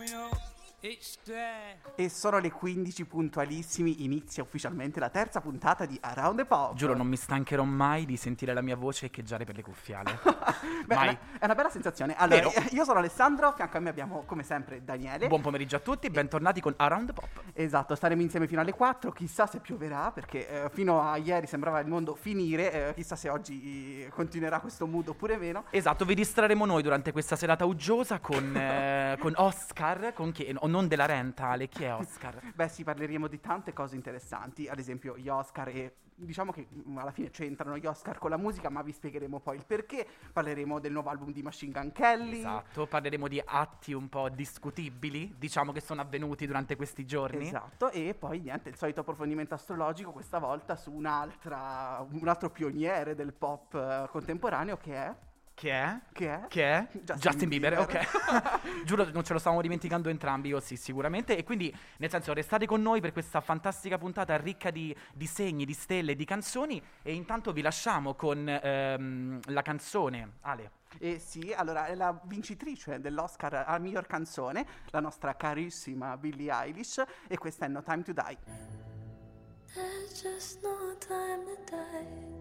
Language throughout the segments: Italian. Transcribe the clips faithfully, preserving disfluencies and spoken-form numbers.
E sono le quindici puntualissimi, inizia ufficialmente la terza puntata di Around the Pop. Giuro, non mi stancherò mai di sentire la mia voce echeggiare per le cuffiale. Beh, mai. È, una, è una bella sensazione. Allora, Vero? io sono Alessandro, a fianco a me abbiamo come sempre Daniele. Buon pomeriggio a tutti, bentornati con Around the Pop. Esatto, staremo insieme fino alle quattro, chissà se pioverà, perché eh, fino a ieri sembrava il mondo finire, eh, chissà se oggi eh, continuerà questo mood oppure meno. Esatto, vi distrarremo noi durante questa serata uggiosa con, eh, con Oscar, con chi? O non della Rentale, chi è Oscar? Beh sì, parleremo di tante cose interessanti, ad esempio gli Oscar, e diciamo che mh, alla fine c'entrano gli Oscar con la musica, ma vi spiegheremo poi il perché. Parleremo del nuovo album di Machine Gun Kelly. Esatto, parleremo di atti un po' discutibili, diciamo che sono avvenuti durante questi giorni. Esatto, e poi niente, il solito approfondimento astrologico, questa volta su un'altra, un altro pioniere del pop eh, contemporaneo che è... Che è? Che è? Che è? Justin Justin Bieber, Bieber. ok. Giuro, non ce lo stavamo dimenticando entrambi, io sì, sicuramente. E quindi, nel senso, restate con noi per questa fantastica puntata ricca di, di segni, di stelle, di canzoni. E intanto vi lasciamo con ehm, la canzone. Ale. Eh sì, allora è la vincitrice dell'Oscar a miglior canzone, la nostra carissima Billie Eilish, e questa è No Time to Die. There's just no time to die.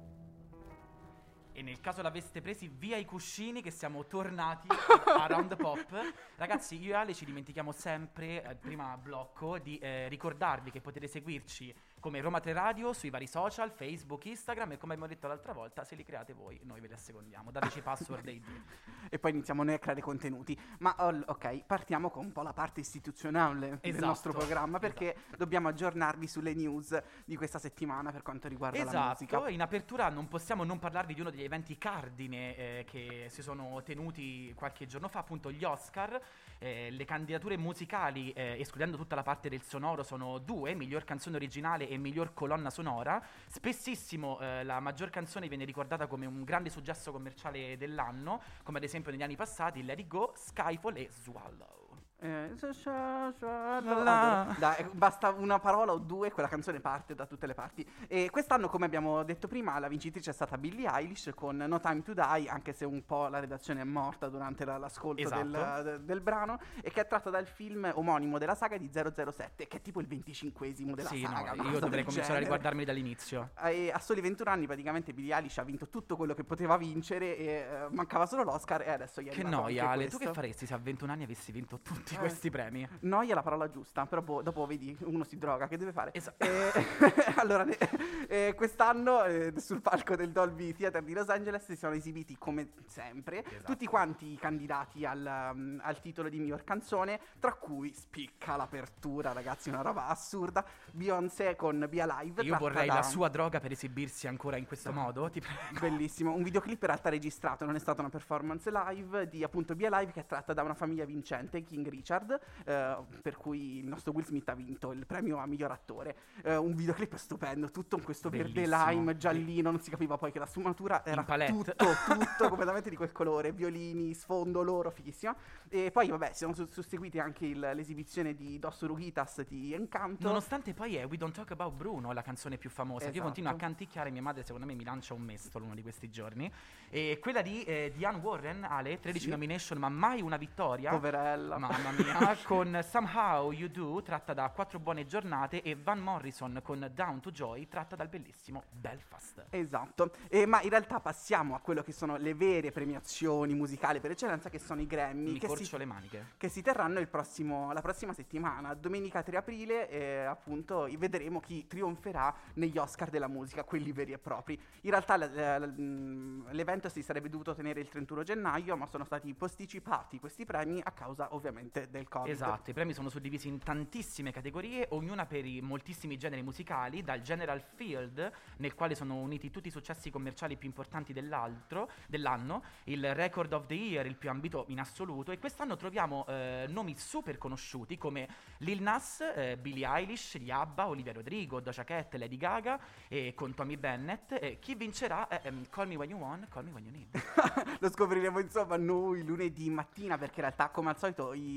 E nel caso l'aveste presi, via i cuscini che siamo tornati a Round the Pop. Ragazzi, io e Ale ci dimentichiamo sempre, al prima blocco, di eh, ricordarvi che potete seguirci come Roma tre Radio sui vari social, Facebook, Instagram, e come abbiamo detto l'altra volta, se li create voi, noi ve li assecondiamo. Dateci password e I D. E poi iniziamo noi a creare contenuti. Ma oh, ok, partiamo con un po' la parte istituzionale del Esatto, nostro programma, perché esatto. dobbiamo aggiornarvi sulle news di questa settimana per quanto riguarda la Esatto, musica. in apertura non possiamo non parlarvi di uno degli eventi cardine eh, che si sono tenuti qualche giorno fa, appunto gli Oscar. Eh, le candidature musicali, eh, escludendo tutta la parte del sonoro, sono due: miglior canzone originale e miglior colonna sonora. Spessissimo eh, la maggior canzone viene ricordata come un grande successo commerciale dell'anno, come ad esempio negli anni passati Let It Go, Skyfall e Swallow. Eh, Dai, basta una parola o due, quella canzone parte da tutte le parti. E quest'anno, come abbiamo detto prima, la vincitrice è stata Billie Eilish con No Time to Die, anche se un po' la redazione è morta durante la, l'ascolto Esatto. del, del, del brano, e che è tratta dal film omonimo della saga di zero zero sette, che è tipo il venticinquesimo della Sì, saga. no, una io cosa dovrei del cominciare genere. a riguardarmi dall'inizio. E a soli ventuno anni praticamente Billie Eilish ha vinto tutto quello che poteva vincere, e eh, mancava solo l'Oscar, e adesso gli è Che arrivato noia, anche Ale, tu questo. che faresti se a ventuno anni avessi vinto tutti Eh. questi premi? Noia è la parola giusta, però boh, dopo vedi, uno si droga, che deve fare? Esatto. Eh, allora, ne- eh, quest'anno eh, sul palco del Dolby Theatre di Los Angeles si sono esibiti, come sempre, Esatto. tutti quanti i candidati al, um, al titolo di miglior canzone, tra cui spicca l'apertura, ragazzi, una roba assurda, Beyoncé con Be Alive. Io tratta vorrei da- la sua droga per esibirsi ancora in questo modo, ti prego. Bellissimo, un videoclip in realtà registrato, non è stata una performance live, di appunto Be Alive, che è tratta da una famiglia vincente, King Richard, eh, per cui il nostro Will Smith ha vinto il premio a miglior attore. Eh, un videoclip stupendo, tutto in questo verde Bellissimo. lime, giallino, non si capiva poi che la sfumatura era In palette. tutto, tutto completamente di quel colore, violini, sfondo loro, fighissimo. E poi vabbè, si sono su- susseguiti anche il- l'esibizione di Dos Oruguitas di Encanto. Nonostante poi è We Don't Talk About Bruno, la canzone più famosa, che io Esatto. continuo a canticchiare, mia madre secondo me mi lancia un mestolo uno di questi giorni. E quella di eh, Diane Warren, Ale, tredici Sì. nomination ma mai una vittoria. Poverella. Mamma mia, con Somehow You Do, tratta da Quattro buone giornate, e Van Morrison con Down to Joy, tratta dal bellissimo Belfast. Esatto, eh, ma in realtà passiamo a quello che sono le vere premiazioni musicali per eccellenza, che sono i Grammy, Mi che corcio si, le maniche. che si terranno il prossimo, la prossima settimana, domenica tre aprile, eh, appunto, e vedremo chi trionferà negli Oscar della musica, quelli veri e propri. In realtà l- l- l- l'evento si sarebbe dovuto tenere il trentuno gennaio, ma sono stati posticipati questi premi a causa ovviamente del Covid. Esatto, i premi sono suddivisi in tantissime categorie, ognuna per i moltissimi generi musicali, dal General Field, nel quale sono uniti tutti i successi commerciali più importanti dell'altro, dell'anno, il Record of the Year, il più ambito in assoluto, e quest'anno troviamo eh, nomi super conosciuti come Lil Nas, eh, Billie Eilish, gli ABBA, Olivia Rodrigo, Doja Cat, Lady Gaga, e con Tommy Bennett. Eh, chi vincerà è ehm, Call Me When You Want, Call Me When You Need. Lo scopriremo insomma noi lunedì mattina, perché in realtà come al solito i-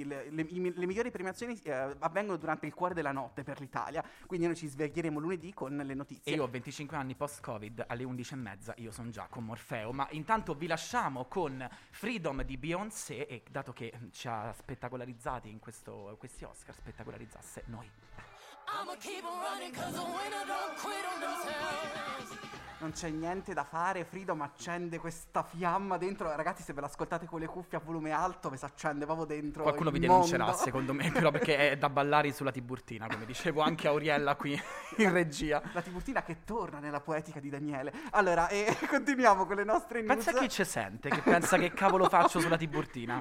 le, le- i mi- le migliori premiazioni eh, avvengono durante il cuore della notte per l'Italia, quindi noi ci sveglieremo lunedì con le notizie. E io ho venticinque anni post-Covid, alle undici e mezza io sono già con Morfeo. Ma intanto vi lasciamo con Freedom di Beyoncé, e dato che ci ha spettacolarizzati in questo, questi Oscar, spettacolarizzasse noi. I'ma keep on running 'cause a winner don't quit on themselves. Non c'è niente da fare, Freedom accende questa fiamma dentro. Ragazzi, se ve l'ascoltate con le cuffie a volume alto, vi si accende proprio dentro. Qualcuno il vi denuncerà, mondo. secondo me, però perché è da ballare sulla Tiburtina, come dicevo anche a Auriella qui in regia. La Tiburtina che torna nella poetica di Daniele. Allora, e continuiamo con le nostre news. Pensa a chi ci sente, che pensa che cavolo faccio sulla Tiburtina.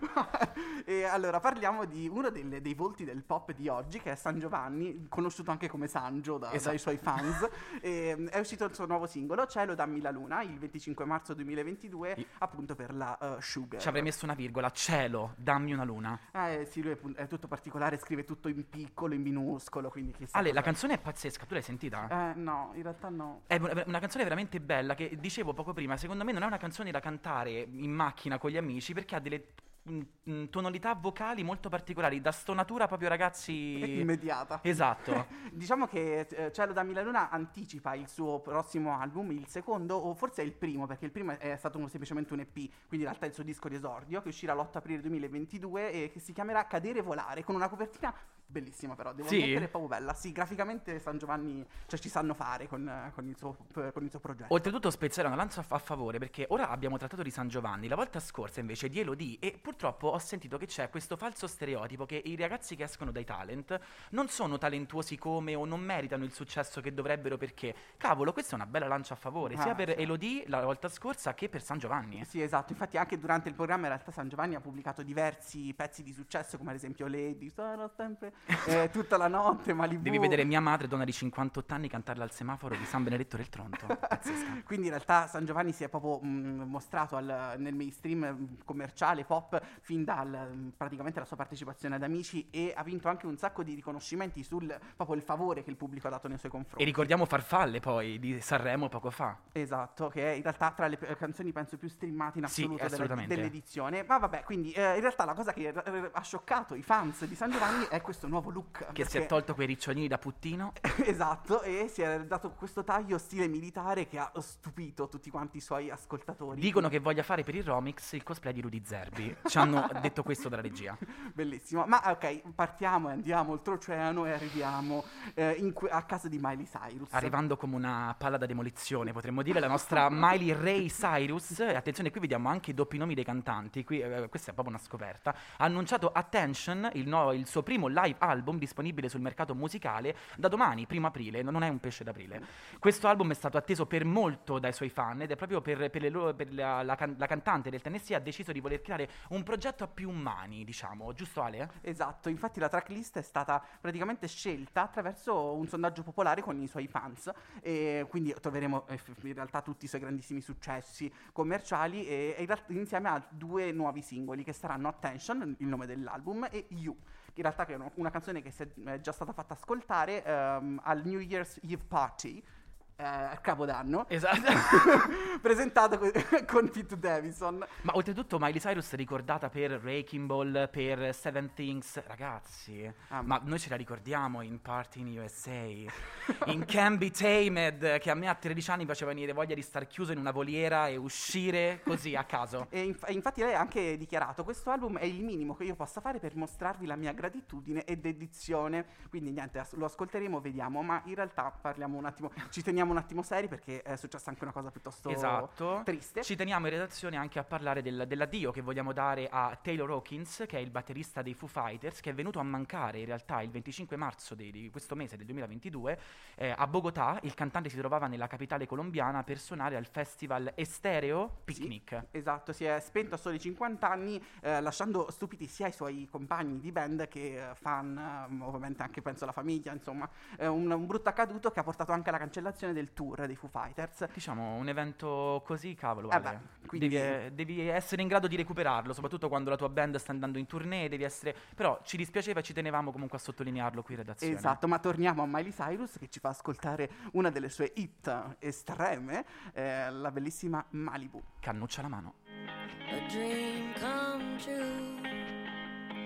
E allora parliamo di uno delle- dei volti del pop di oggi, che è San Giovanni, conosciuto anche come Sangio da- Esatto. dai suoi fans. E, è uscito il suo nuovo singolo, Cielo dammi la luna, il venticinque marzo duemilaventidue, I- appunto per la uh, Sugar. Ci avrei messo una virgola, cielo, dammi una luna. Eh sì, lui è, pun- è tutto particolare, scrive tutto in piccolo, in minuscolo, quindi chissà. Ale, la cosa- canzone è pazzesca, tu l'hai sentita? Eh no, in realtà no. È una una canzone veramente bella che dicevo poco prima, secondo me non è una canzone da cantare in macchina con gli amici perché ha delle mm, mm, tonalità vocali molto particolari, da stonatura proprio ragazzi... Immediata. Esatto. Diciamo che eh, Cielo dammi la luna anticipa il suo prossimo album, il secondo, o forse è il primo, perché il primo è, è stato un- semplicemente un E P, quindi in realtà è il suo disco di esordio, che uscirà l'otto aprile duemilaventidue e che si chiamerà Cadere e volare, con una copertina bellissima però, devo Sì? ammettere, è proprio bella. Sì, graficamente San Giovanni, cioè, ci sanno fare con, eh, con il, suo, con il suo progetto. Oltretutto spezzerò una lanza a, a favore perché ora abbiamo trattato di San Giovanni, la volta scorsa invece di Elodie, e purtroppo ho sentito che c'è questo falso stereotipo che i ragazzi che escono dai talent non sono talentuosi come o non meritano il successo che dovrebbero perché, cavolo, questa è una bella lancia a favore, sia Ah, per sì. Elodie la volta scorsa che per San Giovanni. Sì, esatto, infatti anche durante il programma in realtà San Giovanni ha pubblicato diversi pezzi di successo, come ad esempio Lady, sarò sempre eh, tutta la notte, Malibu. Devi vedere mia madre, donna di cinquantotto anni, cantarla al semaforo di San Benedetto del Tronto. Pazzesca. Quindi in realtà San Giovanni si è proprio mh, mostrato al- nel mainstream mh, commerciale, pop, fin dal mh, praticamente la sua partecipazione ad Amici, e ha vinto anche un sacco di riconoscimenti sul proprio il favore che il pubblico ha dato nei suoi confronti. E ricordiamo Farfalle poi di Sanremo poco fa. Esatto, che è in realtà tra le p- canzoni penso più streamate in Sì, assoluto della- assolutamente. dell'edizione. Ma vabbè, quindi eh, in realtà la cosa che eh, ha scioccato i fans di San Giovanni è questo nuovo look. Che si è perché- tolto quei ricciolini da puttino. Esatto, e si è dato questo taglio stile militare che ha stupito tutti quanti i suoi ascoltatori. Dicono che voglia fare per il Romix il cosplay di Rudy Zerbi. Ci hanno detto questo dalla regia. Bellissimo. Ma ok, partiamo e andiamo oltreoceano e arriviamo eh, in que- a casa di Miley Cyrus. Arrivando come una palla da demolizione, potremmo dire, la nostra Miley Ray Cyrus. E attenzione, qui vediamo anche i doppi nomi dei cantanti. Qui, eh, questa è proprio una scoperta. Ha annunciato Attention, il, no- il suo primo live album disponibile sul mercato musicale da domani, primo aprile. Non è un pesce d'aprile. Questo album è stato atteso per molto dai suoi fan ed è proprio per, per le loro- per la, la can- la cantante del Tennessee ha deciso di voler creare un progetto a più mani, diciamo. Giusto, Ale? Esatto, infatti la tracklist è stata praticamente scelta attraverso un sondaggio popolare con i suoi fans, e quindi troveremo eh, f- in realtà tutti i suoi grandissimi successi commerciali, e, e in realtà insieme a due nuovi singoli che saranno Attention, il nome dell'album, e You, che in realtà che è una, una canzone che si è è già stata fatta ascoltare ehm, al New Year's Eve Party, eh, a Capodanno, Esatto. presentato co- con Pete Davidson. Ma oltretutto Miley Cyrus è ricordata per Wrecking Ball, per Seven Things. Ragazzi, Ah, ma noi ce la ricordiamo in Party in U S A, in Can Be Tamed, che a me a tredici anni faceva venire voglia di star chiuso in una voliera e uscire così a caso. E inf- infatti lei ha anche dichiarato: questo album è il minimo che io possa fare per mostrarvi la mia gratitudine e dedizione. Quindi niente, as- lo ascolteremo, vediamo. Ma in realtà parliamo un attimo, ci teniamo un attimo seri perché è successa anche una cosa piuttosto Esatto. triste. Ci teniamo in redazione anche a parlare del- dell'addio che vogliamo dare a Taylor Hawkins, che è il batterista dei Foo Fighters, che è venuto a mancare in realtà il venticinque marzo di, di questo mese del duemilaventidue eh, a Bogotà. Il cantante si trovava nella capitale colombiana per suonare al festival Estereo Picnic. Esatto, si è spento a soli cinquanta anni, eh, lasciando stupiti sia i suoi compagni di band che eh, fan, eh, ovviamente anche penso la famiglia, insomma, è un, un brutto accaduto che ha portato anche alla cancellazione del tour dei Foo Fighters. Diciamo un evento così, cavolo, Eh Ale. beh, quindi- devi, eh, devi essere in grado di recuperarlo, soprattutto quando la tua band sta andando in tournée, devi essere... Però ci dispiaceva e ci tenevamo comunque a sottolinearlo qui in redazione. Esatto, ma torniamo a Miley Cyrus che ci fa ascoltare una delle sue hit estreme, eh, la bellissima Malibu. Cannuccia alla mano. A dream come true.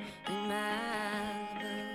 in Malibu.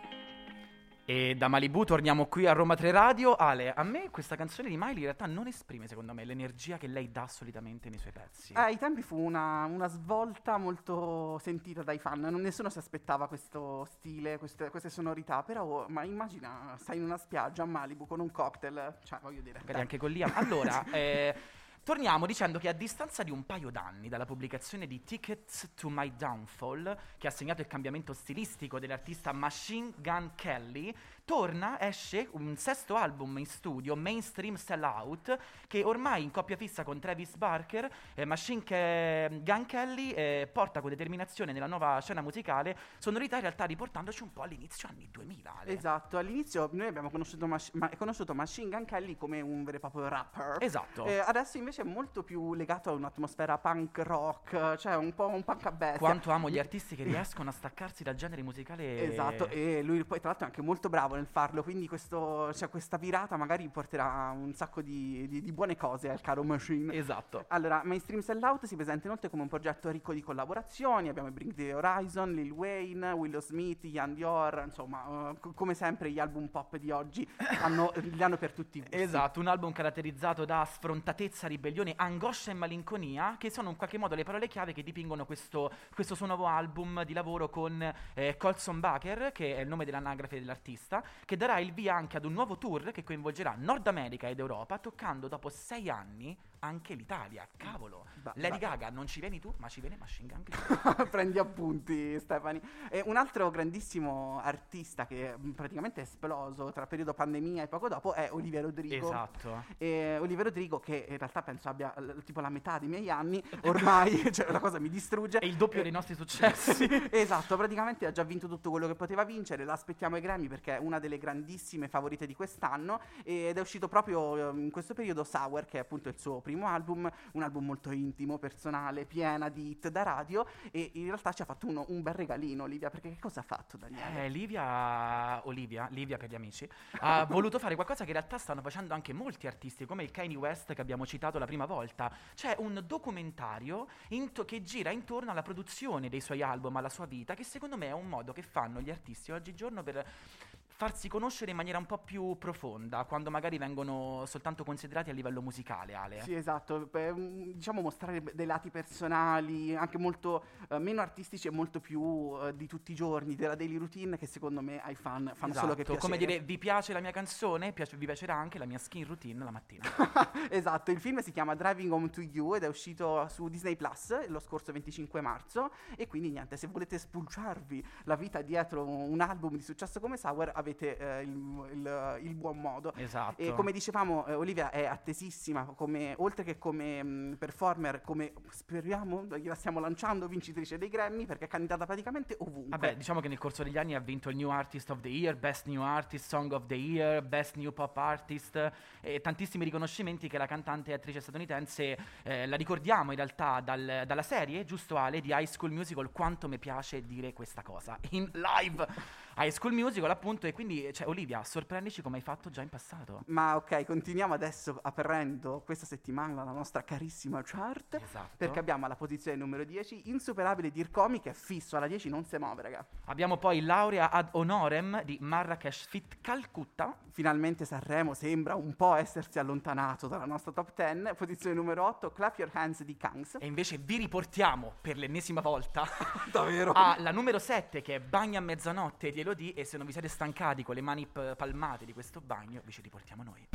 E da Malibu torniamo qui a Roma tre Radio. Ale, a me questa canzone di Miley in realtà non esprime, secondo me, l'energia che lei dà solitamente nei suoi pezzi. Eh, ai tempi fu una, una svolta molto sentita dai fan. Non, nessuno si aspettava questo stile, queste, queste sonorità. Però, oh, ma immagina, stai in una spiaggia a Malibu con un cocktail. Cioè, voglio dire. Magari dai. anche con Liam. Allora, eh, torniamo dicendo che a distanza di un paio d'anni dalla pubblicazione di Tickets to My Downfall, che ha segnato il cambiamento stilistico dell'artista Machine Gun Kelly, torna, esce un sesto album in studio, Mainstream Sellout, che ormai in coppia fissa con Travis Barker, eh, Machine Ke- Gun Kelly eh, porta con determinazione nella nuova scena musicale sonorità in realtà riportandoci un po' all'inizio anni duemila. Ale. Esatto, all'inizio noi abbiamo conosciuto, Mach- ma- conosciuto Machine Gun Kelly come un vero e proprio rapper. Esatto. Eh, adesso invece è molto più legato a un'atmosfera punk rock, cioè un po' un punk a bestia. Quanto amo gli artisti che riescono a staccarsi dal genere musicale. Esatto, e lui poi tra l'altro è anche molto bravo nel farlo, quindi questo, cioè, questa virata magari porterà un sacco di, di- di buone cose al caro Machine. Esatto. Allora, Mainstream Sellout si presenta inoltre come un progetto ricco di collaborazioni. Abbiamo i Bring the Horizon, Lil Wayne, Willow Smith, Ian Dior, insomma, eh, co- come sempre gli album pop di oggi hanno, li hanno per tutti i gusti. Esatto, un album caratterizzato da sfrontatezza, ribellione, angoscia e malinconia, che sono in qualche modo le parole chiave che dipingono questo, questo suo nuovo album di lavoro con eh, Colson Baker, che è il nome dell'anagrafe dell'artista, che darà il via anche ad un nuovo tour che coinvolgerà Nord America ed Europa, toccando dopo sei anni anche l'Italia. Cavolo, Ba- Lady ba- Gaga, non ci vieni tu, ma ci viene Machine Gun Kelly. Prendi appunti, Stefani. E un altro grandissimo artista che mh, praticamente è esploso tra periodo pandemia e poco dopo è Olivia Rodrigo. Esatto. E Olivia Rodrigo, che in realtà penso abbia l- tipo la metà dei miei anni, ormai, cioè la cosa mi distrugge. È il doppio Eh, dei nostri successi. Esatto, praticamente ha già vinto tutto quello che poteva vincere. L'aspettiamo ai Grammy perché è una delle grandissime favorite di quest'anno. Ed è uscito proprio eh, in questo periodo Sour, che è appunto il suo primo album, un album molto intimo, personale, piena di hit da radio. E in realtà ci ha fatto uno- un bel regalino, Olivia, perché che cosa ha fatto, Daniele? Eh, Livia, Olivia, Livia per gli amici, ha voluto fare qualcosa che in realtà stanno facendo anche molti artisti, come il Kanye West che abbiamo citato la prima volta. C'è un documentario into- che gira intorno alla produzione dei suoi album, alla sua vita, che secondo me è un modo che fanno gli artisti oggigiorno per farsi conoscere in maniera un po' più profonda, quando magari vengono soltanto considerati a livello musicale, Ale. Sì, esatto, per, mm, diciamo mostrare b- dei lati personali, anche molto eh, meno artistici e molto più eh, di tutti i giorni, della daily routine, che secondo me ai fan fanno solo che Esatto, piacere. come dire, vi piace la mia canzone? Piace- vi piacerà anche la mia skin routine la mattina. Esatto, il film si chiama Driving Home to You ed è uscito su Disney Plus lo scorso venticinque marzo. E quindi niente, se volete spulciarvi la vita dietro un album di successo come Sour, avete eh, il, il- il buon modo. Esatto. E come dicevamo, eh, Olivia è attesissima, come, oltre che come mh, performer, come speriamo, gliela stiamo lanciando, vincitrice dei Grammy, perché è candidata praticamente ovunque. Vabbè, diciamo che nel corso degli anni ha vinto il New Artist of the Year, Best New Artist, Song of the Year, Best New Pop Artist, e tantissimi riconoscimenti che la cantante e attrice statunitense eh, la ricordiamo in realtà dal- dalla serie, giusto Ale, di High School Musical. Quanto mi piace dire questa cosa in live. High School Musical appunto, e quindi cioè, Olivia, sorprendici come hai fatto già in passato. Ma ok, continuiamo adesso aprendo questa settimana la nostra carissima chart. Esatto. Perché abbiamo alla posizione numero dieci Insuperabile Dircomi, che è fisso alla dieci, non si muove, raga. Abbiamo poi Laurea ad Honorem di Marrakesh Fit Calcutta. Finalmente Sanremo sembra un po' essersi allontanato dalla nostra top dieci. Posizione numero otto Clap Your Hands di Kangs. E invece vi riportiamo per l'ennesima volta Davvero? alla numero sette, che è Bagno a mezzanotte di Elodie. E se non vi siete stancati con le mani p- palmate di questo bagno, vi ci riportiamo noi.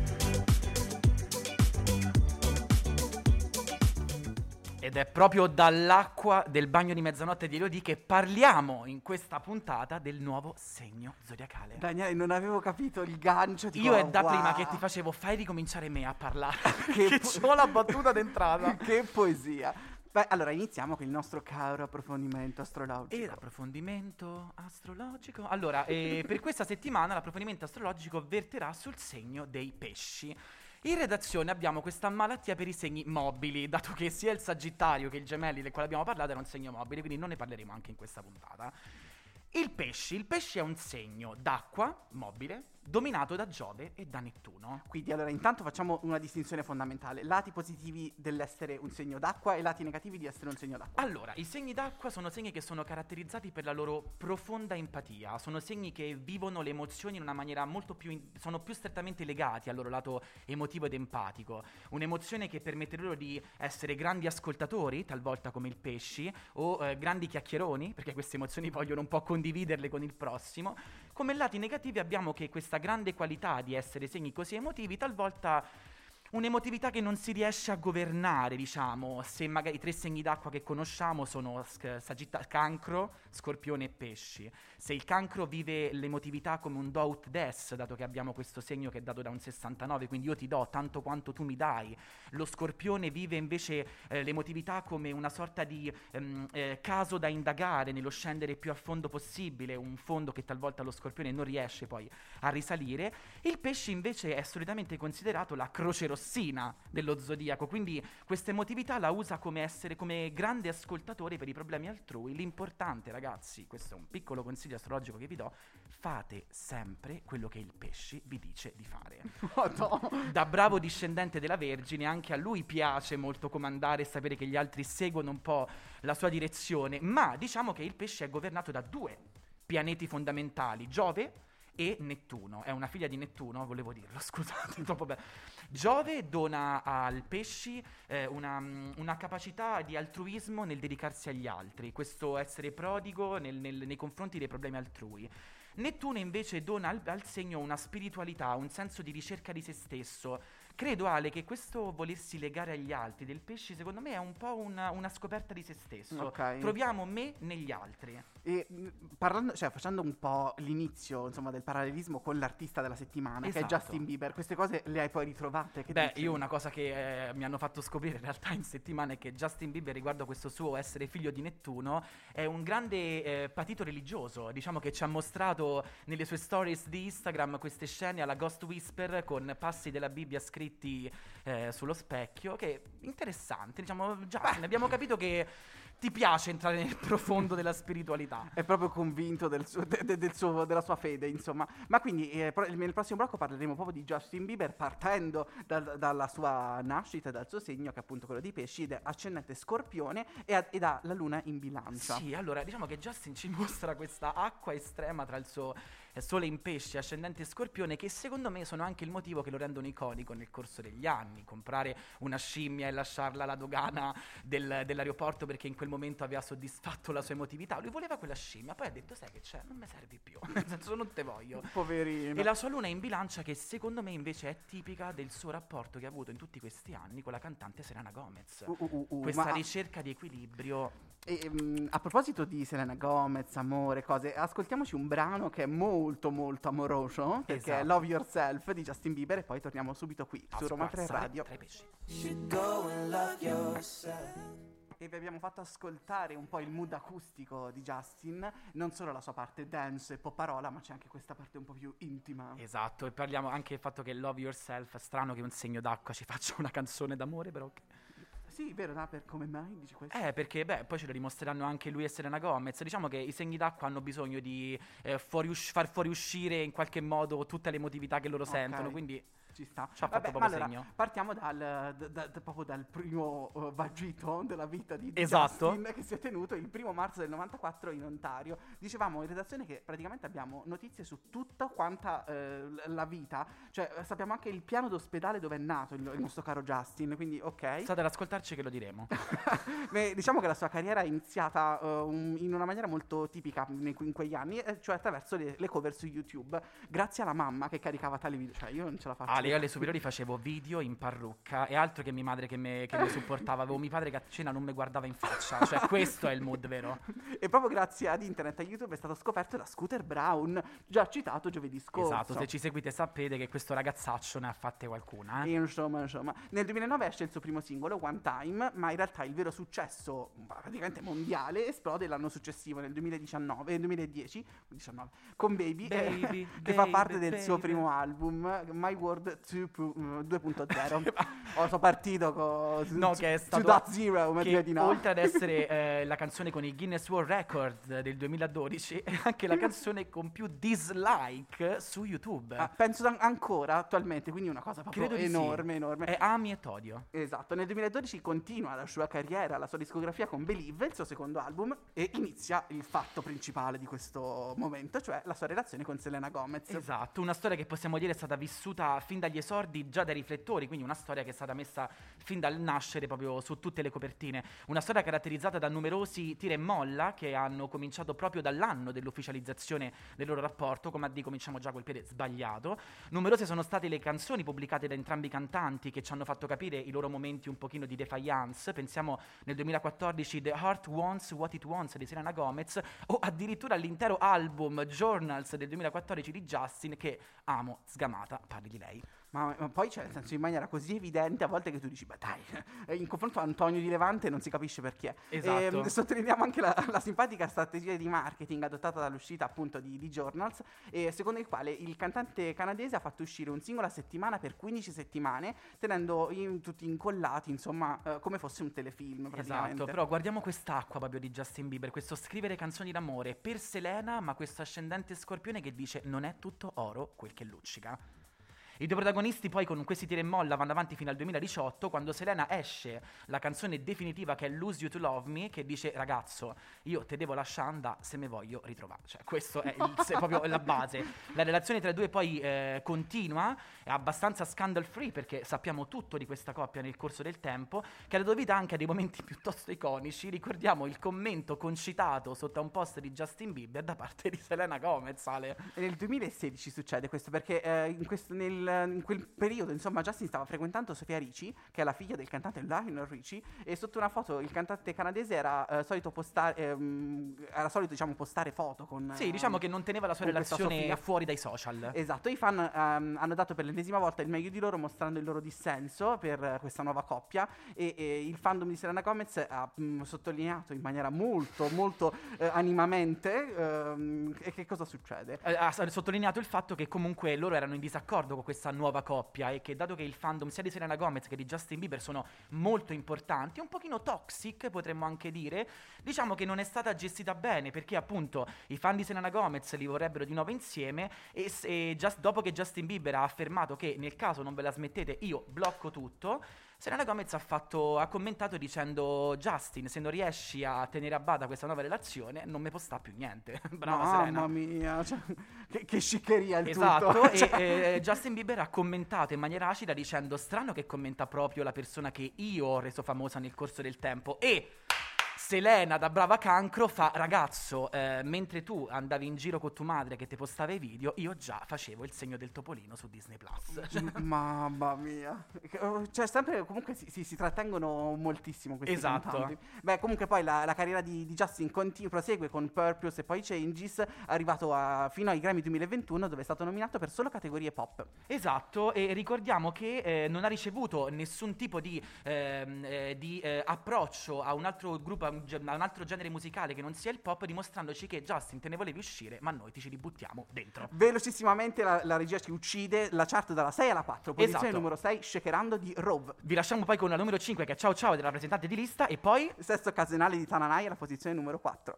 Ed è proprio dall'acqua del bagno di mezzanotte di Elodie che parliamo in questa puntata del nuovo segno zodiacale. Daniele, non avevo capito il gancio. Dico, Io è da wow, prima che ti facevo, fai ricominciare me a parlare. Che che po- c'ho la battuta d'entrata. Che poesia. Beh, allora iniziamo con il nostro caro approfondimento astrologico. E l'approfondimento astrologico. Allora, eh, per questa settimana l'approfondimento astrologico verterà sul segno dei pesci. In redazione abbiamo questa malattia per i segni mobili, dato che sia il Sagittario che il Gemelli del quale abbiamo parlato era un segno mobile, quindi non ne parleremo anche in questa puntata. Il pesci, il pesci è un segno d'acqua, mobile, dominato da Giove e da Nettuno. Quindi allora intanto facciamo una distinzione fondamentale: lati positivi dell'essere un segno d'acqua e lati negativi di essere un segno d'acqua. Allora, i segni d'acqua sono segni che sono caratterizzati per la loro profonda empatia, sono segni che vivono le emozioni in una maniera molto più, in- sono più strettamente legati al loro lato emotivo ed empatico, un'emozione che permette loro di essere grandi ascoltatori, talvolta come il pesci, o eh, grandi chiacchieroni, perché queste emozioni vogliono un po' condividerle con il prossimo. Come lati negativi abbiamo che questa grande qualità di essere segni così emotivi, talvolta un'emotività che non si riesce a governare, diciamo, se magari i tre segni d'acqua che conosciamo sono sc- sagitta- cancro, scorpione e pesci. Se il cancro vive l'emotività come un do ut des, dato che abbiamo questo segno che è dato da un sessantanove, quindi io ti do tanto quanto tu mi dai, lo scorpione vive invece eh, l'emotività come una sorta di ehm, eh, caso da indagare nello scendere più a fondo possibile, un fondo che talvolta lo scorpione non riesce poi a risalire. Il pesce invece è solitamente considerato la croce rossina dello zodiaco, quindi questa emotività la usa come essere come grande ascoltatore per i problemi altrui. L'importante, ragazzi, questo è un piccolo consiglio astrologico che vi do: fate sempre quello che il pesci vi dice di fare. Da bravo discendente della Vergine, anche a lui piace molto comandare e sapere che gli altri seguono un po' la sua direzione, ma diciamo che il pesce è governato da due pianeti fondamentali, Giove e Nettuno. È una figlia di Nettuno, volevo dirlo, scusate, troppo bello. Giove dona al pesci eh, una, una capacità di altruismo nel dedicarsi agli altri, questo essere prodigo nel- nel- nei confronti dei problemi altrui. Nettuno invece dona al, al segno una spiritualità, un senso di ricerca di se stesso. Credo, Ale, che questo volersi legare agli altri del pesce, secondo me, è un po' una, una scoperta di se stesso. Ok. Troviamo me negli altri. E mh, parlando, cioè facendo un po' l'inizio, insomma, del parallelismo con l'artista della settimana, che è Esatto. Justin Bieber, queste cose le hai poi ritrovate? Che Beh, dici? io una cosa che eh, mi hanno fatto scoprire in realtà in settimana è che Justin Bieber, riguardo questo suo essere figlio di Nettuno, è un grande eh, patito religioso. Diciamo che ci ha mostrato nelle sue stories di Instagram queste scene alla Ghost Whisper con passi della Bibbia scritti eh, sullo specchio, che è interessante. Diciamo, Justin, abbiamo capito che ti piace entrare nel profondo della spiritualità. È proprio convinto del suo- de- de- del suo- della sua fede, insomma. Ma quindi eh, pro- nel prossimo blocco parleremo proprio di Justin Bieber, partendo dal- dalla sua nascita, dal suo segno, che è appunto quello di pesci, ed è ascendente scorpione e ha, ed ha la luna in bilancia. Sì, allora diciamo che Justin ci mostra questa acqua estrema tra il suo eh, sole in pesce e ascendente scorpione, che secondo me sono anche il motivo che lo rendono iconico nel corso degli anni. Comprare una scimmia e lasciarla alla dogana del- dell'aeroporto perché in quel momento aveva soddisfatto la sua emotività. Lui voleva quella scimmia, poi ha detto: sai che c'è, non mi servi più, nel senso non te voglio. Poverino. E la sua luna è in bilancia, che secondo me invece è tipica del suo rapporto che ha avuto in tutti questi anni con la cantante Selena Gomez. Uh, uh, uh, uh, Questa ma- ricerca di equilibrio. E, mm, a proposito di Selena Gomez, amore, cose, ascoltiamoci un brano che è molto molto amoroso, perché è Esatto. Love Yourself di Justin Bieber, e poi torniamo subito qui a su Roma tre spazzare Radio. tra i pesci. should go and love yourself. E vi abbiamo fatto ascoltare un po' il mood acustico di Justin, non solo la sua parte dance e popparola, ma c'è anche questa parte un po' più intima. Esatto, e parliamo anche del fatto che Love Yourself, è strano che un segno d'acqua ci faccia una canzone d'amore, però ok. Sì, vero, no? Per come mai dici questo? Eh, perché beh, poi ce lo dimostreranno anche lui e Selena Gomez. Diciamo che i segni d'acqua hanno bisogno di eh, fuorius- far fuoriuscire in qualche modo tutte le emotività che loro Ok. sentono, quindi Ci sta. Ci ha fatto Vabbè, proprio ma allora, segno. partiamo dal, da- da- da- proprio dal primo uh, vagito della vita di Esatto. Justin, che si è tenuto il primo marzo del novantaquattro in Ontario. Dicevamo in redazione che praticamente abbiamo notizie su tutta quanta eh, l- la vita, cioè eh, sappiamo anche il piano d'ospedale dove è nato il, il nostro caro Justin, quindi ok. state ad ascoltarci che lo diremo. Beh, diciamo che la sua carriera è iniziata eh, un- in una maniera molto tipica in, in quegli anni, eh, cioè attraverso le, le cover su YouTube, grazie alla mamma che caricava tale video, cioè io non ce la faccio. Ah, io alle superiori facevo video in parrucca e altro che mia madre che me- che mi supportava. Avevo mio padre che a cena non mi guardava in faccia. Cioè, questo è il mood vero. E proprio grazie ad internet e a YouTube è stato scoperto da Scooter Brown, già citato giovedì scorso. Esatto, se ci seguite sapete che questo ragazzaccio ne ha fatte qualcuna. Eh? Insomma, insomma, nel duemilanove esce il suo primo singolo, One Time, ma in realtà il vero successo praticamente mondiale esplode l'anno successivo, nel duemiladiciannove, nel duemiladieci, diciannove, con Baby, eh, Baby, che fa baby, parte del suo baby. primo album, My World due punto zero. Ho so partito con No, che è stato Dot Zero, ma che dire di no. oltre ad essere eh, la canzone con il Guinness World Record del duemiladodici, è anche la canzone con più dislike su YouTube. Ah, penso an- ancora attualmente, quindi una cosa proprio Credo di sì. enorme, enorme. È ami e t'odio. Esatto, nel duemiladodici continua la sua carriera, la sua discografia con Believe, il suo secondo album, e inizia il fatto principale di questo momento, cioè la sua relazione con Selena Gomez. Esatto, una storia che possiamo dire è stata vissuta fin dagli esordi, già dai riflettori, quindi una storia che è stata messa fin dal nascere proprio su tutte le copertine. Una storia caratterizzata da numerosi tira e molla che hanno cominciato proprio dall'anno dell'ufficializzazione del loro rapporto, come a dire cominciamo già col piede sbagliato. Numerose sono state le canzoni pubblicate da entrambi i cantanti che ci hanno fatto capire i loro momenti un pochino di defiance. Pensiamo nel duemilaquattordici The Heart Wants What It Wants di Selena Gomez, o addirittura l'intero album Journals del duemilaquattordici di Justin, che amo sgamata, parli di lei. Ma, ma poi c'è, nel senso, in maniera così evidente a volte che tu dici, beh dai, eh, in confronto a Antonio di Levante non si capisce perché. Esatto. E, sottolineiamo anche la, la simpatica strategia di marketing adottata dall'uscita appunto di, di Journals, e secondo il quale il cantante canadese ha fatto uscire un singolo a settimana per quindici settimane, tenendo in, tutti incollati, insomma, eh, come fosse un telefilm praticamente. Esatto, però guardiamo quest'acqua proprio di Justin Bieber, questo scrivere canzoni d'amore per Selena, ma questo ascendente scorpione che dice non è tutto oro quel che luccica. I due protagonisti poi con questi tira e molla vanno avanti fino al duemiladiciotto, quando Selena esce la canzone definitiva che è Lose You to Love Me, che dice ragazzo io te devo lasciare andare se me voglio ritrovare, cioè questo è, il, se proprio la base. La relazione tra i due poi eh, continua, è abbastanza scandal free perché sappiamo tutto di questa coppia nel corso del tempo, che ha dato vita anche a dei momenti piuttosto iconici. Ricordiamo il commento concitato sotto a un post di Justin Bieber da parte di Selena Gomez, Ale. E nel duemilasedici succede questo perché eh, in, questo, nel, in quel periodo, insomma, Justin stava frequentando Sofia Ricci, che è la figlia del cantante Lionel Richie, e sotto una foto il cantante canadese era eh, solito postare, ehm, era solito diciamo postare foto con. Sì, diciamo che non teneva la sua con questa relazione Sofia. fuori dai social. Esatto, i fan ehm, hanno dato per l'ennesima volta il meglio di loro, mostrando il loro dissenso per eh, questa nuova coppia, e, e il fandom di Selena Gomez ha mh, sottolineato in maniera molto molto eh, animamente ehm, e che cosa succede. Eh, Ha s- sottolineato il fatto che comunque loro erano in disaccordo con questa nuova coppia e che dato che il fandom sia di Selena Gomez che di Justin Bieber sono molto importanti, un pochino toxic potremmo anche dire, diciamo che non è stata gestita bene, perché appunto i fan di Selena Gomez li vorrebbero di nuovo insieme, e, s- e just- dopo che Justin Bieber ha affermato che nel caso non ve la smettete io blocco tutto, Selena Gomez ha, fatto, ha commentato dicendo Justin, se non riesci a tenere a bada questa nuova relazione non mi può sta più niente. Brava Selena. Mamma mia, cioè, che, che sciccheria il Esatto, tutto. e Cioè, eh, Justin Bieber ha commentato in maniera acida dicendo strano che commenta proprio la persona che io ho reso famosa nel corso del tempo, e Selena da brava cancro fa ragazzo, eh, mentre tu andavi in giro con tua madre che ti postava i video, io già facevo il segno del topolino su Disney Plus. M- Mamma mia, cioè sempre comunque si, si, si trattengono moltissimo questi Esatto. cantanti. Beh, comunque poi la, la carriera di, di Justin continua, prosegue con Purpose e poi Changes, arrivato a, fino ai Grammy duemilaventuno, dove è stato nominato per solo categorie pop. Esatto, e ricordiamo che eh, non ha ricevuto nessun tipo di, ehm, eh, di eh, approccio a un altro gruppo, a un, ge- a un altro genere musicale che non sia il pop, dimostrandoci che Justin te ne volevi uscire, ma noi ti ci ributtiamo dentro. Velocissimamente la, la regia ci uccide, la chart dalla sei alla quattro, posizione Esatto. numero sei, Shakerando di Rove. Vi lasciamo poi con la numero cinque che è Ciao Ciao della rappresentante di lista, e poi Sesto occasionale di Tananai alla posizione numero quattro.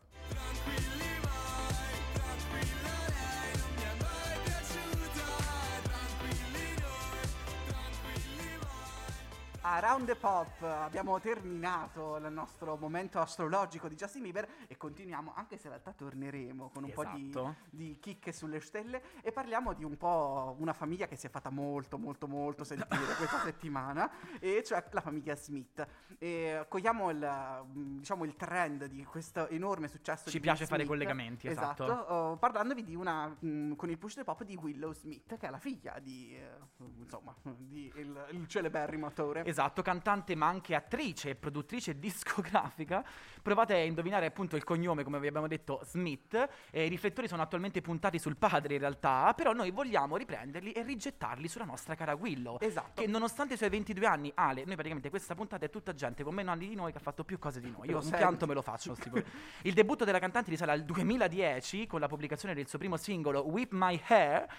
Around the Pop, abbiamo terminato il nostro momento astrologico di Justin Bieber e continuiamo, anche se in realtà torneremo con un po' Esatto. di, di chicche sulle stelle, e parliamo di un po' una famiglia che si è fatta molto molto molto sentire questa settimana, e cioè la famiglia Smith. E cogliamo il, mm, diciamo, il trend di questo enorme successo Ci di piace Will fare Smith. collegamenti, esatto. oh, parlandovi di una mm, con il push the pop di Willow Smith, che è la figlia di eh, insomma di il, il celeberrimo attore. esatto, cantante ma anche attrice e produttrice discografica. Provate a indovinare appunto il cognome, come vi abbiamo detto, Smith. E i riflettori sono attualmente puntati sul padre in realtà, però noi vogliamo riprenderli e rigettarli sulla nostra cara Willow. Esatto. Che nonostante i suoi ventidue anni, Ale, noi praticamente questa puntata è tutta gente con meno anni di noi che ha fatto più cose di noi. Io Lo un senti? pianto me lo faccio. Tipo. Il debutto della cantante risale al duemiladieci con la pubblicazione del suo primo singolo Whip My Hair.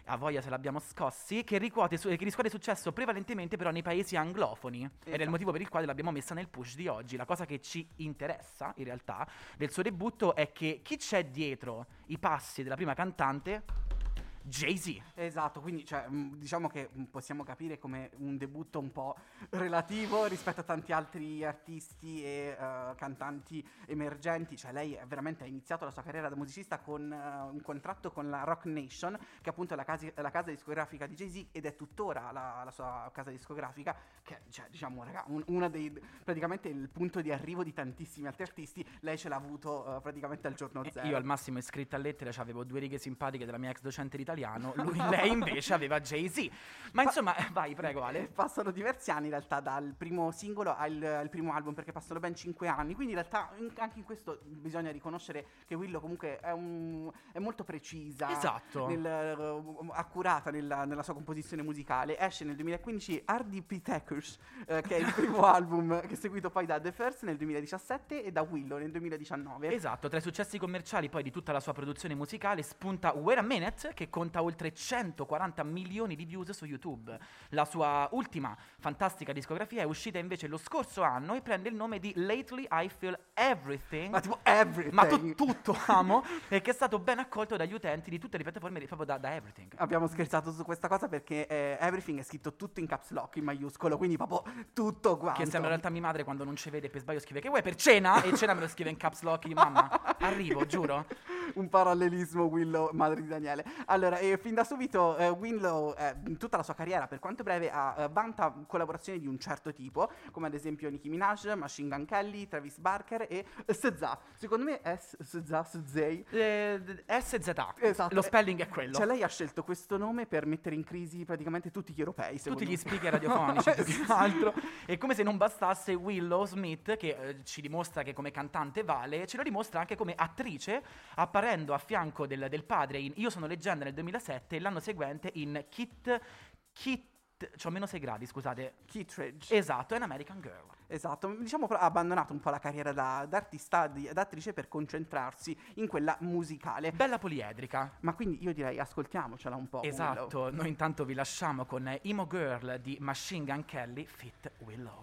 a voglia se l'abbiamo scossi, che, ricuote su- che riscuote successo prevalentemente però nei paesi anglofoni. Ed è il Esatto. motivo per il quale l'abbiamo messa nel push di oggi. La cosa che ci interessa, in realtà, del suo debutto è che chi c'è dietro i passi della prima cantante? Jay-Z. Esatto, quindi cioè, mh, diciamo che mh, possiamo capire come un debutto un po' relativo rispetto a tanti altri artisti e uh, cantanti emergenti. Cioè lei è veramente ha iniziato la sua carriera da musicista con uh, un contratto con la Roc Nation, che appunto è la, casi- la casa discografica di Jay-Z, ed è tuttora la, la sua casa discografica, che è, cioè, diciamo, raga, un- una dei praticamente il punto di arrivo di tantissimi altri artisti. Lei ce l'ha avuto uh, praticamente al giorno Eh, zero. Io al massimo iscritta a lettere avevo due righe simpatiche della mia ex docente di italiano, lui, lei invece aveva Jay-Z. Ma insomma, eh, vai, prego Eh, Ale. Passano diversi anni in realtà dal primo singolo al, al primo album, perché passano ben cinque anni. Quindi in realtà in- anche in questo bisogna riconoscere che Willow comunque è, un, è molto precisa, Esatto. nel, eh, accurata nella, nella sua composizione musicale. Esce nel duemilaquindici R D P Takers, eh, che è il primo album, che è seguito poi da The First nel duemiladiciassette e da Willow nel duemiladiciannove. Esatto, tra i successi commerciali poi di tutta la sua produzione musicale spunta Wait a Minute, che conta oltre centoquaranta milioni di views su YouTube. La sua ultima fantastica discografia è uscita invece lo scorso anno e prende il nome di Lately I Feel Everything. Ma tipo everything. Ma tu- tutto amo, e che è stato ben accolto dagli utenti di tutte le piattaforme, di- proprio da, da Everything. Abbiamo scherzato su questa cosa perché eh, Everything è scritto tutto in caps lock, in maiuscolo, quindi proprio tutto quanto. Che sembra in realtà mia madre quando non ci vede per sbaglio scrive che vuoi per cena, e cena me lo scrive in caps lock di mamma. Arrivo, giuro. Un parallelismo Willow, madre di Daniele. Allora, eh, fin da subito eh, Willow, eh, in tutta la sua carriera, per quanto breve, ha eh, vanta collaborazioni di un certo tipo, come ad esempio Nicki Minaj, Machine Gun Kelly, Travis Barker e S Z A. Secondo me è S Z A, S Z A. Eh, S Z A. Esatto. Lo spelling è quello. Cioè lei ha scelto questo nome per mettere in crisi praticamente tutti gli europei, secondo Tutti gli me. speaker radiofonici più che altro. E come se non bastasse, Willow Smith, che eh, ci dimostra che come cantante vale, ce lo dimostra anche come attrice, apparendo a fianco del, del padre in Io sono leggenda nel duemilasette e l'anno seguente in Kit Kit c'ho meno sei gradi, scusate. Kittredge. Esatto, è un American Girl. Esatto, diciamo però ha abbandonato un po' la carriera da, da artista, di, da attrice, per concentrarsi in quella musicale. Bella poliedrica. Ma quindi io direi ascoltiamocela un po'. Willow. Esatto, noi intanto vi lasciamo con Emo Girl di Machine Gun Kelly feat. Willow.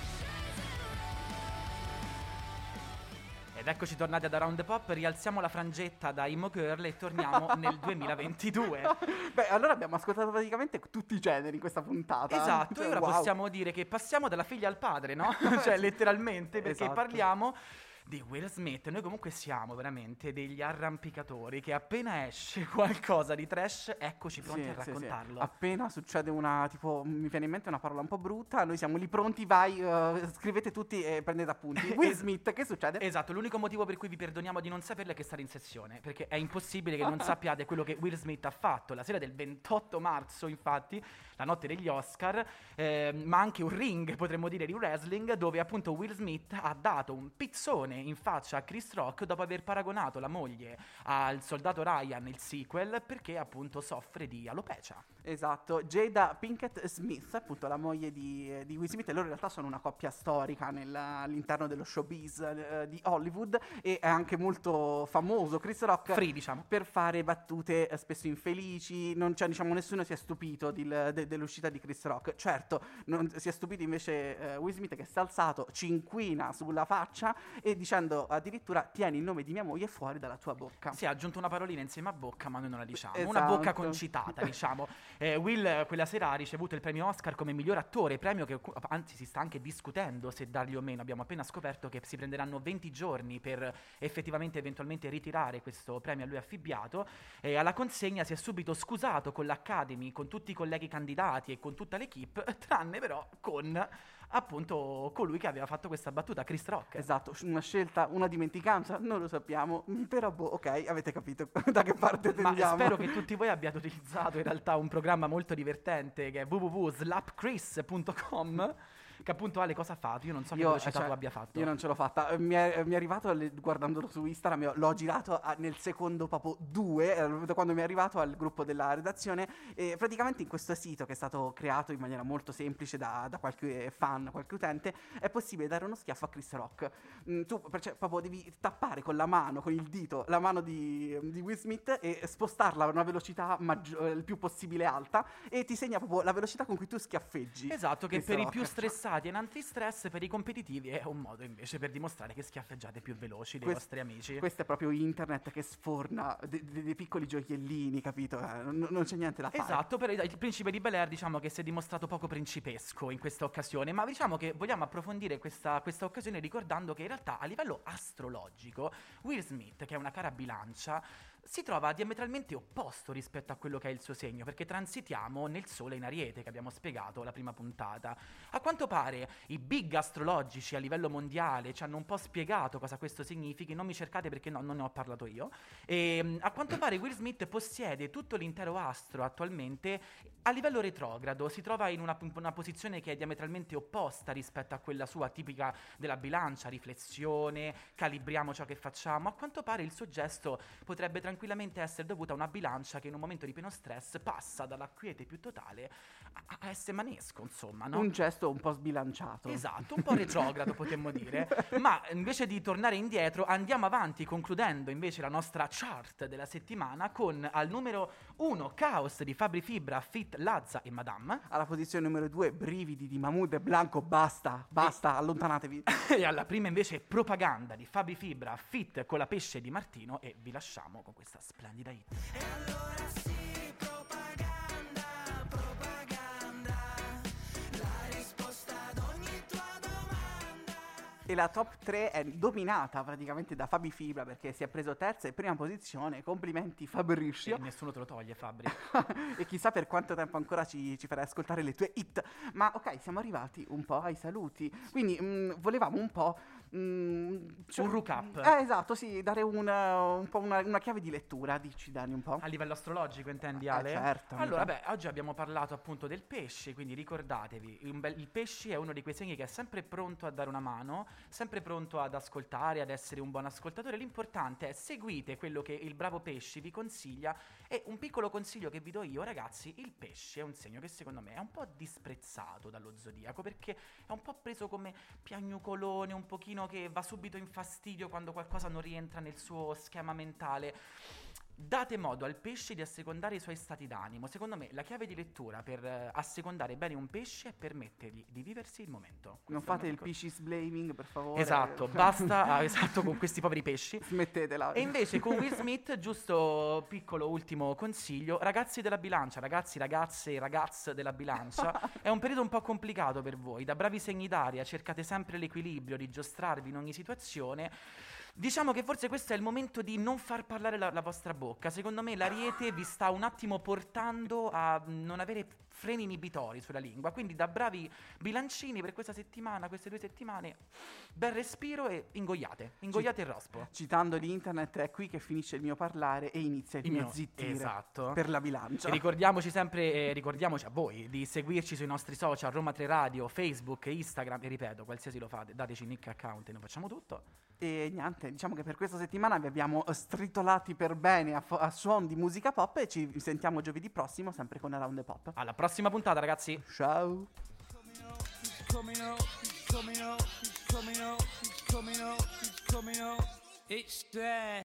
Ed eccoci tornati ad Around the Pop, rialziamo la frangetta da Emo Girl e torniamo nel duemilaventidue. Beh, allora abbiamo ascoltato praticamente tutti i generi in questa puntata. Esatto, Cioè, e ora wow. possiamo dire che passiamo dalla figlia al padre, no? Cioè letteralmente, perché Esatto. parliamo di Will Smith. Noi comunque siamo veramente degli arrampicatori che appena esce qualcosa di trash, eccoci pronti Sì, a sì, sì. raccontarlo. Appena succede una, tipo, mi viene in mente una parola un po' brutta, noi siamo lì pronti, vai, eh, scrivete tutti e prendete appunti. Will Es- Smith, che succede? Esatto, l'unico motivo per cui vi perdoniamo di non saperlo è che state in sessione, perché è impossibile che non sappiate quello che Will Smith ha fatto. La sera del ventotto marzo, infatti, la notte degli Oscar, eh, ma anche un ring, potremmo dire, di wrestling, dove appunto Will Smith ha dato un pizzone in faccia a Chris Rock dopo aver paragonato la moglie al soldato Ryan, il sequel, perché appunto soffre di alopecia. Esatto, Jada Pinkett Smith, appunto la moglie di, di Will Smith, e loro in realtà sono una coppia storica nella- all'interno dello showbiz eh, di Hollywood, e è anche molto famoso Chris Rock Free, diciamo. per fare battute eh, spesso infelici. Non c'è, diciamo, nessuno si è stupito dil- de- dell'uscita di Chris Rock. Certo, non si è stupito invece eh, Will Smith, che si è alzato, ci inquina sulla faccia e dicendo addirittura tieni il nome di mia moglie fuori dalla tua bocca. Si è aggiunto una parolina insieme a bocca, ma noi non la diciamo. Esatto. Una bocca concitata, diciamo. Eh, Will eh, quella sera ha ricevuto il premio Oscar come miglior attore, premio che cu- anzi si sta anche discutendo se dargli o meno. Abbiamo appena scoperto che si prenderanno venti giorni per effettivamente eventualmente ritirare questo premio a lui affibbiato. E alla consegna si è subito scusato con l'Academy, con tutti i colleghi candidati e con tutta l'equipe, tranne però con appunto colui che aveva fatto questa battuta, Chris Rock. Esatto, una scelta, una dimenticanza, non lo sappiamo, mm, però boh, ok, avete capito da che parte Ma tendiamo. spero che tutti voi abbiate utilizzato in realtà un programma molto divertente che è w w w punto slap chris punto com, che appunto Ale cosa ha fatto? Io non so che Io, velocità cioè, tu abbia fatto. Io non ce l'ho fatta. Eh, Mi è, mi è arrivato alle- guardandolo su Instagram, io l'ho girato a- nel secondo proprio due, eh, da quando mi è arrivato al gruppo della redazione. E praticamente in questo sito, che è stato creato in maniera molto semplice da, da qualche fan, qualche utente, è possibile dare uno schiaffo a Chris Rock. Mm, tu per- cioè, proprio devi tappare con la mano, con il dito, la mano di, di Will Smith e spostarla a una velocità maggio- eh, il più possibile alta, e ti segna proprio la velocità con cui tu schiaffeggi. Esatto, che Chris per i Rock. più stressati e antistress, per i competitivi è un modo invece per dimostrare che schiaffeggiate più veloci dei Quest- vostri amici. Questo è proprio internet che sforna de- de- dei piccoli gioiellini, capito? Eh, non, non c'è niente da fare. Esatto, però il principe di Bel-Air diciamo che si è dimostrato poco principesco in questa occasione, ma diciamo che vogliamo approfondire questa, questa occasione ricordando che in realtà a livello astrologico Will Smith, che è una cara bilancia, si trova diametralmente opposto rispetto a quello che è il suo segno, perché transitiamo nel Sole in Ariete, che abbiamo spiegato la prima puntata. A quanto pare i big astrologici a livello mondiale ci hanno un po' spiegato cosa questo significhi, non mi cercate perché no, non ne ho parlato io. E mm, a quanto pare Will Smith possiede tutto l'intero astro attualmente a livello retrogrado, si trova in una, una posizione che è diametralmente opposta rispetto a quella sua tipica della bilancia, riflessione, calibriamo ciò che facciamo. A quanto pare il suo gesto potrebbe tranquillamente essere dovuto a una bilancia che in un momento di pieno stress passa dalla quiete più totale a, a essere manesco, insomma, no? Un gesto un po' sbilanciato. Esatto, un po' retrogrado potremmo dire, ma invece di tornare indietro andiamo avanti concludendo invece la nostra chart della settimana con al numero uno Chaos di Fabri Fibra, Fit, Lazza e Madame. Alla posizione numero due, Brividi di Mahmood e Blanco. Basta, basta, allontanatevi. E alla prima invece Propaganda di Fabri Fibra, Fit con la Pesce di Martino, e vi lasciamo con questa splendida hit. E allora sì, propaganda, propaganda, la risposta ad ogni tua domanda. E la top tre è dominata praticamente da Fabi Fibra, perché si è preso terza e prima posizione. Complimenti E Fabrizio. nessuno te lo toglie, Fabri. E chissà per quanto tempo ancora ci, ci farai ascoltare le tue hit. Ma ok, siamo arrivati un po' ai saluti. Quindi mm, volevamo un po'... mm, cioè- Un recap. Eh, esatto, sì, dare una, un po' una, una chiave di lettura. Dici, Dani, un po'. A livello astrologico intendi, Eh, Ale? certo, Allora, mica. beh, oggi abbiamo parlato appunto del pesce, quindi ricordatevi, un bel- il pesce è uno di quei segni che è sempre pronto a dare una mano, sempre pronto ad ascoltare, ad essere un buon ascoltatore. L'importante è seguite quello che il bravo pesce vi consiglia. E un piccolo consiglio che vi do io, ragazzi: il pesce è un segno che secondo me è un po' disprezzato dallo zodiaco, perché è un po' preso come piagnucolone, un pochino che va subito in fastidio quando qualcosa non rientra nel suo schema mentale. Date modo al pesce di assecondare i suoi stati d'animo. Secondo me la chiave di lettura per eh, assecondare bene un pesce è permettergli di viversi il momento. Non Questo è fate il una piccola- piscis blaming, per favore. Esatto, basta, ah, esatto, con questi poveri pesci. Smettetela. E invece con Will Smith, giusto piccolo ultimo consiglio, ragazzi della bilancia, ragazzi, ragazze, ragazze della bilancia, è un periodo un po' complicato per voi. Da bravi segni d'aria cercate sempre l'equilibrio, di giostrarvi in ogni situazione. Diciamo che forse questo è il momento di non far parlare la, la vostra bocca. Secondo me l'Ariete vi sta un attimo portando a non avere freni inibitori sulla lingua. Quindi da bravi bilancini per questa settimana, queste due settimane, bel respiro e ingoiate. Ingoiate il rospo. Citando l'internet, è qui che finisce il mio parlare e inizia il, Il mio, mio- zittire. esatto. Per la bilancia. E ricordiamoci sempre, eh, ricordiamoci a voi di seguirci sui nostri social, Roma tre Radio, Facebook, Instagram, e ripeto, qualsiasi lo fate, dateci nick account e noi facciamo tutto. E niente, diciamo che per questa settimana vi abbiamo eh, stritolati per bene a, fo- a suon di musica pop, e ci sentiamo giovedì prossimo sempre con Around the Pop. Alla prossima puntata, ragazzi! Ciao! Coming up, he's coming up, he's coming up, he's coming up, he's coming up. It's there.